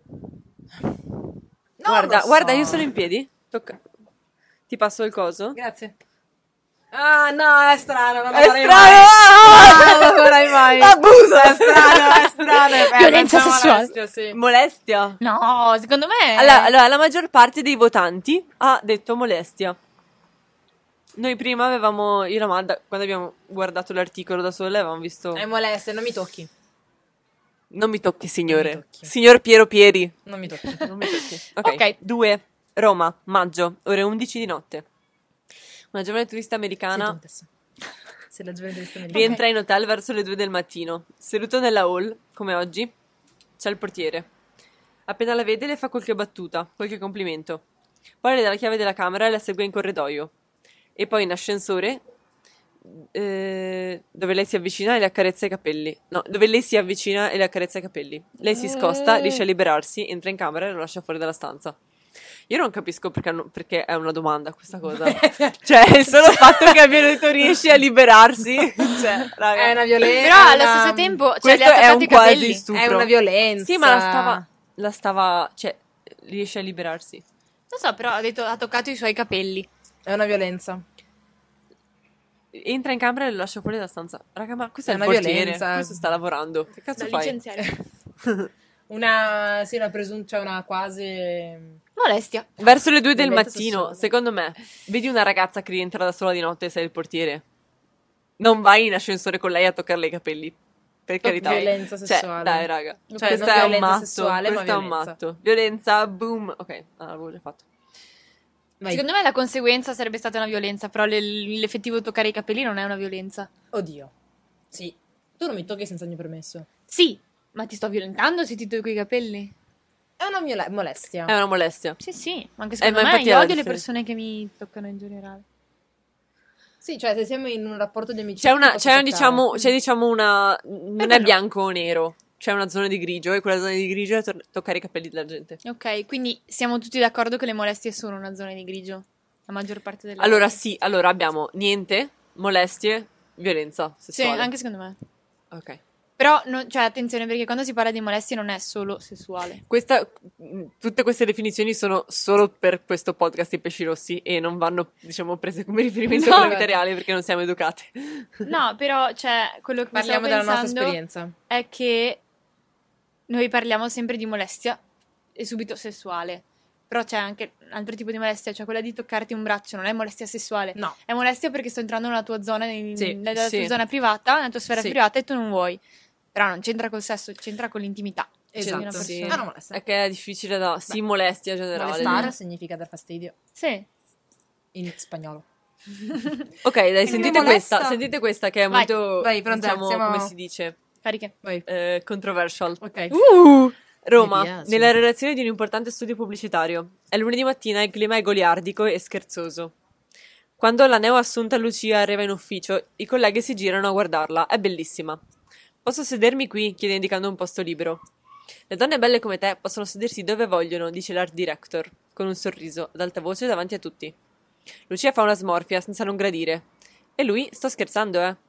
Non Guarda, lo so. guarda, io sono in piedi. Tocca. Ti passo il coso? Grazie. Ah, no, è strano, non lo È farei strano! mai. No, non lo farei mai. Abuso! È strano. Violenza penso sessuale. molestia, sì. Molestia. No, secondo me... Allora, la maggior parte dei votanti ha detto molestia. Noi prima avevamo, io e la Madda, quando abbiamo guardato l'articolo da sole, avevamo visto... È molestia, non mi tocchi. Non mi tocchi, signore. Non mi tocchi. Signor Piero Pieri. Non mi tocchi. Non mi tocchi. Ok. 2. Roma, maggio, ore 11 di notte. Una giovane turista Sì, americana Giuntes. Se la gioventù mi rientra in hotel verso le 2 del mattino. Seduto nella hall, come oggi, c'è il portiere. Appena la vede le fa qualche battuta, qualche complimento. Poi le dà la chiave della camera e la segue in corridoio. E poi in ascensore, dove lei si avvicina e le accarezza i capelli. No, dove lei si avvicina e le accarezza i capelli. Lei si scosta, riesce a liberarsi, entra in camera e lo lascia fuori dalla stanza. Io non capisco perché è una domanda questa cosa. Cioè, il solo fatto che abbiano detto riesci a liberarsi. Cioè, raga. È una violenza. Però allo stesso tempo... Cioè, Questo le ha è toccato un i quasi capelli. stupro. È una violenza. Sì, ma la stava, cioè, riesce a liberarsi. Non so, però ha detto ha toccato i suoi capelli. È una violenza. Entra in camera e lo lascia fuori dalla stanza. Raga, ma questo è È il una portiere. violenza. Questo sta lavorando. Che cazzo Da fai? licenziare. Una presunta, una quasi... Molestia. Verso le 2 del Violenza mattino, sessuale. secondo me, vedi una ragazza che rientra da sola di notte e sei il portiere. Non vai in ascensore con lei a toccarle i capelli. Per carità. Violenza Cioè, sessuale. dai, raga. Cioè, questo non è un violenza matto. sessuale, ma questo è un violenza. matto. Violenza, boom. Ok, l'avevo già fatto. Vai. Secondo me la conseguenza sarebbe stata una violenza, però l'effettivo toccare i capelli non è una violenza. Oddio. Sì. Tu non mi tocchi senza il mio permesso. Sì, ma ti sto violentando se ti tocco i capelli? È una molestia. È una molestia. Sì, sì, ma anche secondo ma me infatti io è la odio le differenza. persone che mi toccano in generale. Sì, cioè se siamo in un rapporto di amicizia... C'è diciamo una... Non è bianco o nero. C'è una zona di grigio e quella zona di grigio è toccare i capelli della gente. Ok, quindi siamo tutti d'accordo che le molestie sono una zona di grigio? La maggior parte delle Allora sì, allora abbiamo niente, molestie, violenza Sì, sessuale. anche secondo me. Ok. Però, cioè, attenzione, perché quando si parla di molestie non è solo sessuale. Tutte queste definizioni sono solo per questo podcast i pesci rossi e non vanno, diciamo, prese come riferimento No. con la vita reale perché non siamo educate. No, però, cioè, quello che Parliamo stavo della nostra pensando esperienza. è che noi parliamo sempre di molestia e subito sessuale. Però c'è anche un altro tipo di molestia, cioè quella di toccarti un braccio, non è molestia sessuale. No. È molestia perché sto entrando nella tua zona, nella sì. tua zona privata, nella tua sfera Sì. privata e tu non vuoi. Però non c'entra col sesso, c'entra con l'intimità. Esatto, di una sì. persona. Ah, no, molesta. È che è difficile da... Sì, molestia generale. Molestare significa dar fastidio Sì. in spagnolo. Ok, dai, mi sentite molesta. questa che è Vai, molto, vai, pronta, diciamo, siamo- come si dice, Cariche. Vai. controversial. Ok. Roma, Mi piace. nella redazione di un importante studio pubblicitario. È lunedì mattina e il clima è goliardico e scherzoso. Quando la neoassunta Lucia arriva in ufficio, i colleghi si girano a guardarla. È bellissima. Posso sedermi qui? Chiede indicando un posto libero. Le donne belle come te possono sedersi dove vogliono, dice l'art director, con un sorriso, ad alta voce davanti a tutti. Lucia fa una smorfia senza non gradire. E lui? Sto scherzando, eh?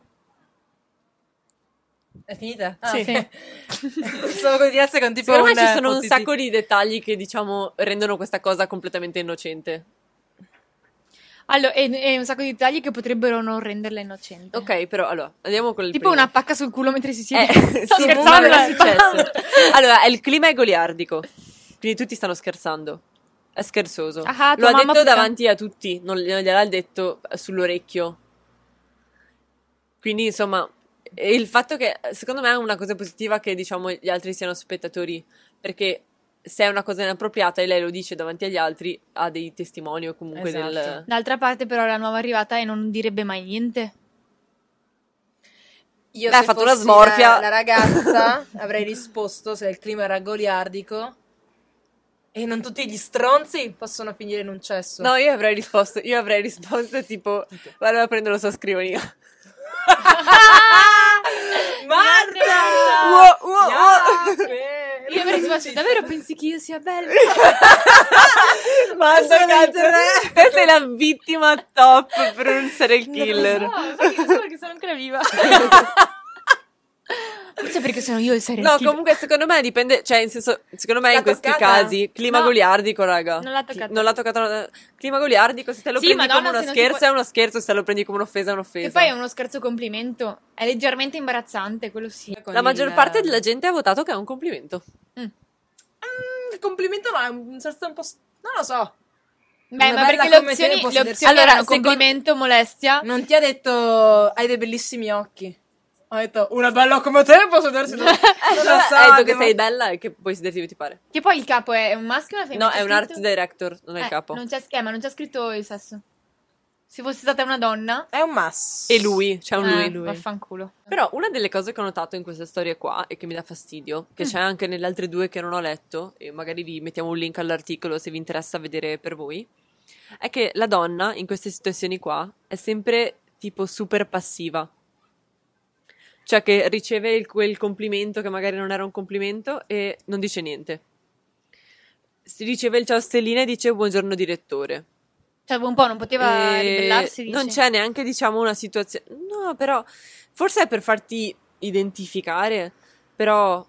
È finita? Sì. Stavo con diverse con tipo Secondo me ci sono un fotiti. sacco di dettagli che, diciamo, rendono questa cosa completamente innocente. Allora, e un sacco di dettagli che potrebbero non renderla innocente. Ok, però, allora, andiamo con il Tipo primo. una pacca sul culo mentre si siede. Sì, Sto scherzando. non è successo. Allora, il clima è goliardico. Quindi tutti stanno scherzando. È scherzoso. Ah, Lo tua ha mamma detto puttana. davanti a tutti, non gliel'ha detto sull'orecchio. Quindi, insomma, e il fatto che, secondo me, è una cosa positiva che, diciamo, gli altri siano spettatori. Perché se è una cosa inappropriata e lei lo dice davanti agli altri, ha dei testimoni o comunque Esatto. del... D'altra parte, però, la nuova arrivata e non direbbe mai niente. Io Beh, ha se fatto una fossi smorfia. la ragazza avrei risposto se il clima era goliardico e non tutti gli stronzi possono finire in un cesso. No, io avrei risposto tipo, vado a prendere la sua scrivania. Marta! Io avrei risposto, davvero pensi che io sia bella? Ma te sei la vittima top per un serial killer. No, perché sono ancora viva. Forse perché sono io il serial No, killer. comunque secondo me dipende, cioè in senso, secondo me L'ha in questi toccata? casi, clima No, goliardico, raga. non l'ha toccata. Non l'ha toccata. Clima goliardico, se te lo Sì, prendi Madonna, come uno se non si scherzo può- è uno scherzo, se te lo prendi come un'offesa è un'offesa. Che poi è uno scherzo complimento. È leggermente imbarazzante, quello sì. La maggior parte della gente ha votato che è un complimento. Il complimento no, è un senso un po'... non lo so. Beh, Una ma bella perché le come te opzioni, può le sedersi- opzioni Allora, erano secondo- complimento, molestia. Non ti ha detto hai dei bellissimi occhi. Ha detto una bella come te può sedersi non lo so. Hai detto che devo- sei bella e che puoi sederti dove ti pare. Che poi il capo è un maschio o una femmina? No, C'è è un art scritto? director, non è il capo. Non c'è, ma non c'è scritto il sesso. Se fosse stata una donna... È un mas. E lui, c'è un lui. Vaffanculo. Però una delle cose che ho notato in questa storia qua e che mi dà fastidio, che c'è anche nelle altre due che non ho letto, e magari vi mettiamo un link all'articolo se vi interessa vedere per voi, è che la donna in queste situazioni qua è sempre tipo super passiva. Cioè che riceve quel complimento che magari non era un complimento e non dice niente. Si riceve il ciao stellina e dice buongiorno direttore. Cioè, un po' non poteva ribellarsi, dici? Non c'è neanche, diciamo, una situazione. No, però forse è per farti identificare, però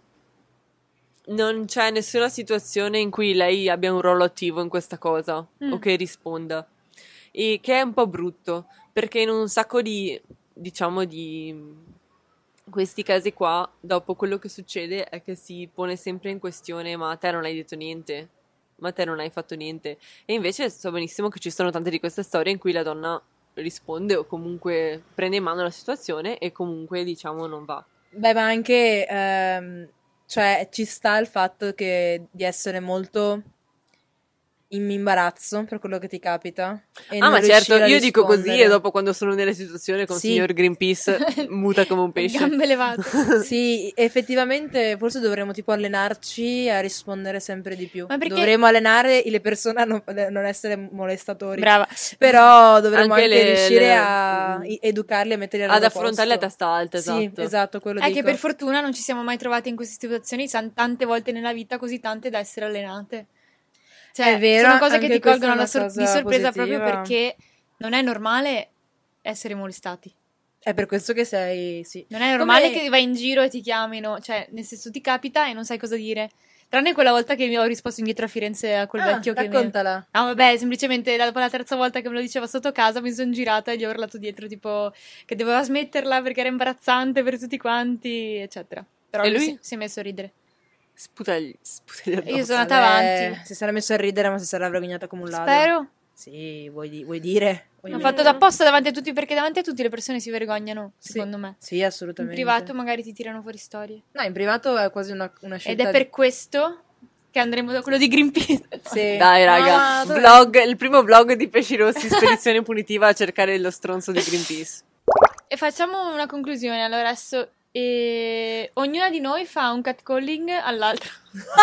non c'è nessuna situazione in cui lei abbia un ruolo attivo in questa cosa o che risponda. E che è un po' brutto, perché in un sacco di, diciamo, di questi casi qua, dopo quello che succede è che si pone sempre in questione: ma te non hai detto niente? Ma te non hai fatto niente? E invece so benissimo che ci sono tante di queste storie in cui la donna risponde o comunque prende in mano la situazione e comunque, diciamo, non va. Beh, ma anche cioè ci sta il fatto di essere molto in imbarazzo per quello che ti capita. E non Ma certo, riuscire a io dico così rispondere. e dopo quando sono nelle situazioni con Sì. signor Greenpeace muta come un pesce. Gambe levate. Sì, effettivamente forse dovremmo tipo allenarci a rispondere sempre di più. Ma perché- Dovremmo allenare le persone a non essere molestatori. Brava. Però dovremmo Anche anche le- riuscire le- a educarli a metterli al Ad loro affrontarle a posto. testa alta, Sì, esatto. esatto, quello È dico. che per fortuna non ci siamo mai trovate in queste situazioni tante volte nella vita, così tante da essere allenate. Cioè, È vero, sono cose che anche ti questa colgono è una di cosa sorpresa proprio positiva. perché non è normale essere molestati. È per questo che sei, sì. Non è normale Come- che vai in giro e ti chiamino, cioè, nel senso ti capita e non sai cosa dire. Tranne quella volta che mi ho risposto indietro a Firenze a quel vecchio che mi... raccontala. No, vabbè, semplicemente dopo la terza volta che me lo diceva sotto casa mi sono girata e gli ho urlato dietro, tipo, che doveva smetterla perché era imbarazzante per tutti quanti, eccetera. Però E lui lui? si è messo a ridere. Sputagli addosso. Io sono andata avanti. Si sarà messo a ridere, ma si sarà vergognato come un ladro. Spero. Sì, vuoi dire? Vuoi L'ho dire? fatto apposta davanti a tutti, perché davanti a tutti le persone si vergognano, secondo me. Sì, In assolutamente. privato magari ti tirano fuori storie. No, in privato è quasi una Ed scelta. è per questo che andremo da quello di Greenpeace. Sì. Dai, raga, No, vlog, il primo vlog di Pesci Rossi, spedizione punitiva a cercare lo stronzo di Greenpeace. E facciamo una conclusione. Allora, adesso ognuna di noi fa un catcalling all'altra.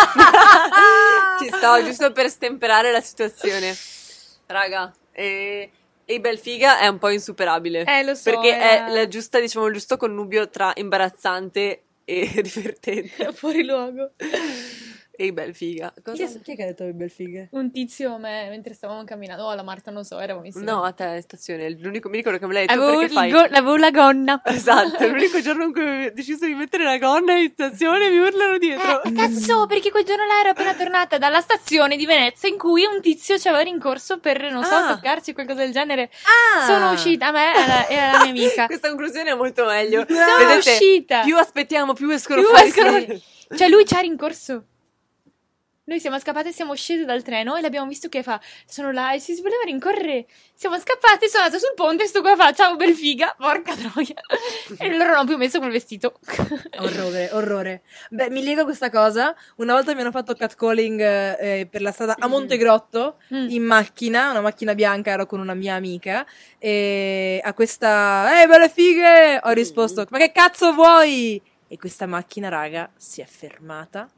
Ci sto, giusto per stemperare la situazione. Raga, e Belfiga è un po' insuperabile. Lo so. Perché è la giusta, diciamo, il giusto connubio tra imbarazzante e divertente. fuori luogo. E Belfiga. Cosa? Chi è che ha detto bel fighe? Un tizio a me, mentre stavamo camminando, alla Marta, non so, eravamo insieme. No, a te in stazione. L'unico, mi ricordo che me l'hai detto perché fai. Avevo la gonna. Esatto, l'unico giorno in cui ho deciso di mettere la gonna in stazione mi urlano dietro. Cazzo, perché quel giorno là ero appena tornata dalla stazione di Venezia in cui un tizio ci aveva rincorso per, non so, toccarci, qualcosa del genere. Sono uscita, a me era la mia amica. Questa conclusione è molto meglio. Sono Vedete, uscita. più aspettiamo, più escono Più fuori. escono- Cioè lui ci ha rincorso. Noi siamo scappate, siamo scese dal treno e l'abbiamo visto che fa, sono là e si voleva rincorrere. Siamo scappate, sono andata sul ponte e sto qua fa, ciao bel figa, porca troia. E loro non hanno più messo quel vestito. Orrore. Beh, mi lega questa cosa. Una volta mi hanno fatto catcalling per la strada a Montegrotto in macchina, una macchina bianca, ero con una mia amica. E a questa, belle fighe, ho risposto, ma che cazzo vuoi? E questa macchina, raga, si è fermata.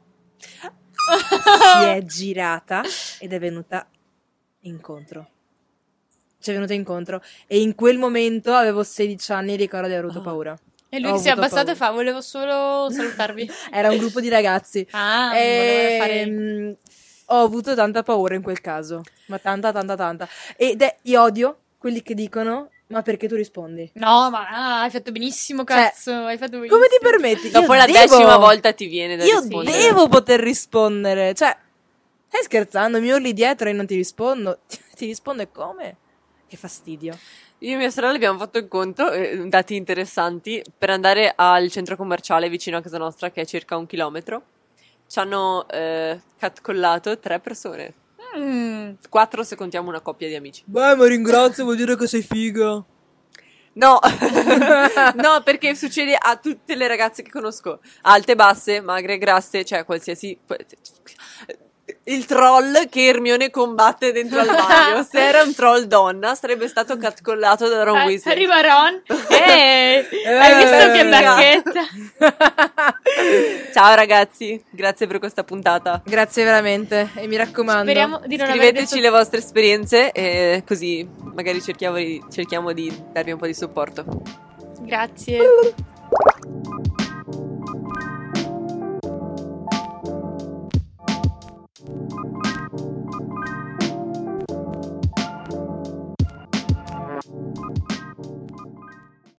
Si è girata ed è venuta incontro. Ci è venuta incontro. E in quel momento avevo 16 anni e ricordo di aver avuto paura. E lui Ho si è avuto abbassato e paura. fa, volevo solo salutarvi. Era un gruppo di ragazzi. Ah, voleva fare... Ho avuto tanta paura in quel caso. Ma tanta. Ed io odio quelli che dicono, ma perché tu rispondi? No, ma hai fatto benissimo, cazzo. Hai fatto benissimo. Come ti permetti? Dopo Io la devo- 10ª volta ti viene da Io rispondere. devo poter rispondere. Cioè, stai scherzando? Mi urli dietro e non ti rispondo. Ti rispondo e come? Che fastidio. Io e mia sorella abbiamo fatto il conto, dati interessanti, per andare al centro commerciale vicino a casa nostra, che è circa 1 chilometro. Ci hanno catcallato 3 persone. 4 se contiamo una coppia di amici. Beh, ma ringrazio, vuol dire che sei figa. No, no, perché succede a tutte le ragazze che conosco, alte, basse, magre, grasse, cioè qualsiasi... Il troll che Hermione combatte dentro al bagno. Se era un troll donna, sarebbe stato catcallato da Ron Weasley. Arriva Ron. Hai visto che bacchetta? Ciao ragazzi, grazie per questa puntata. Grazie veramente. E mi raccomando. Speriamo di non aver Scriveteci detto... le vostre esperienze e così magari cerchiamo di darvi un po' di supporto. Grazie.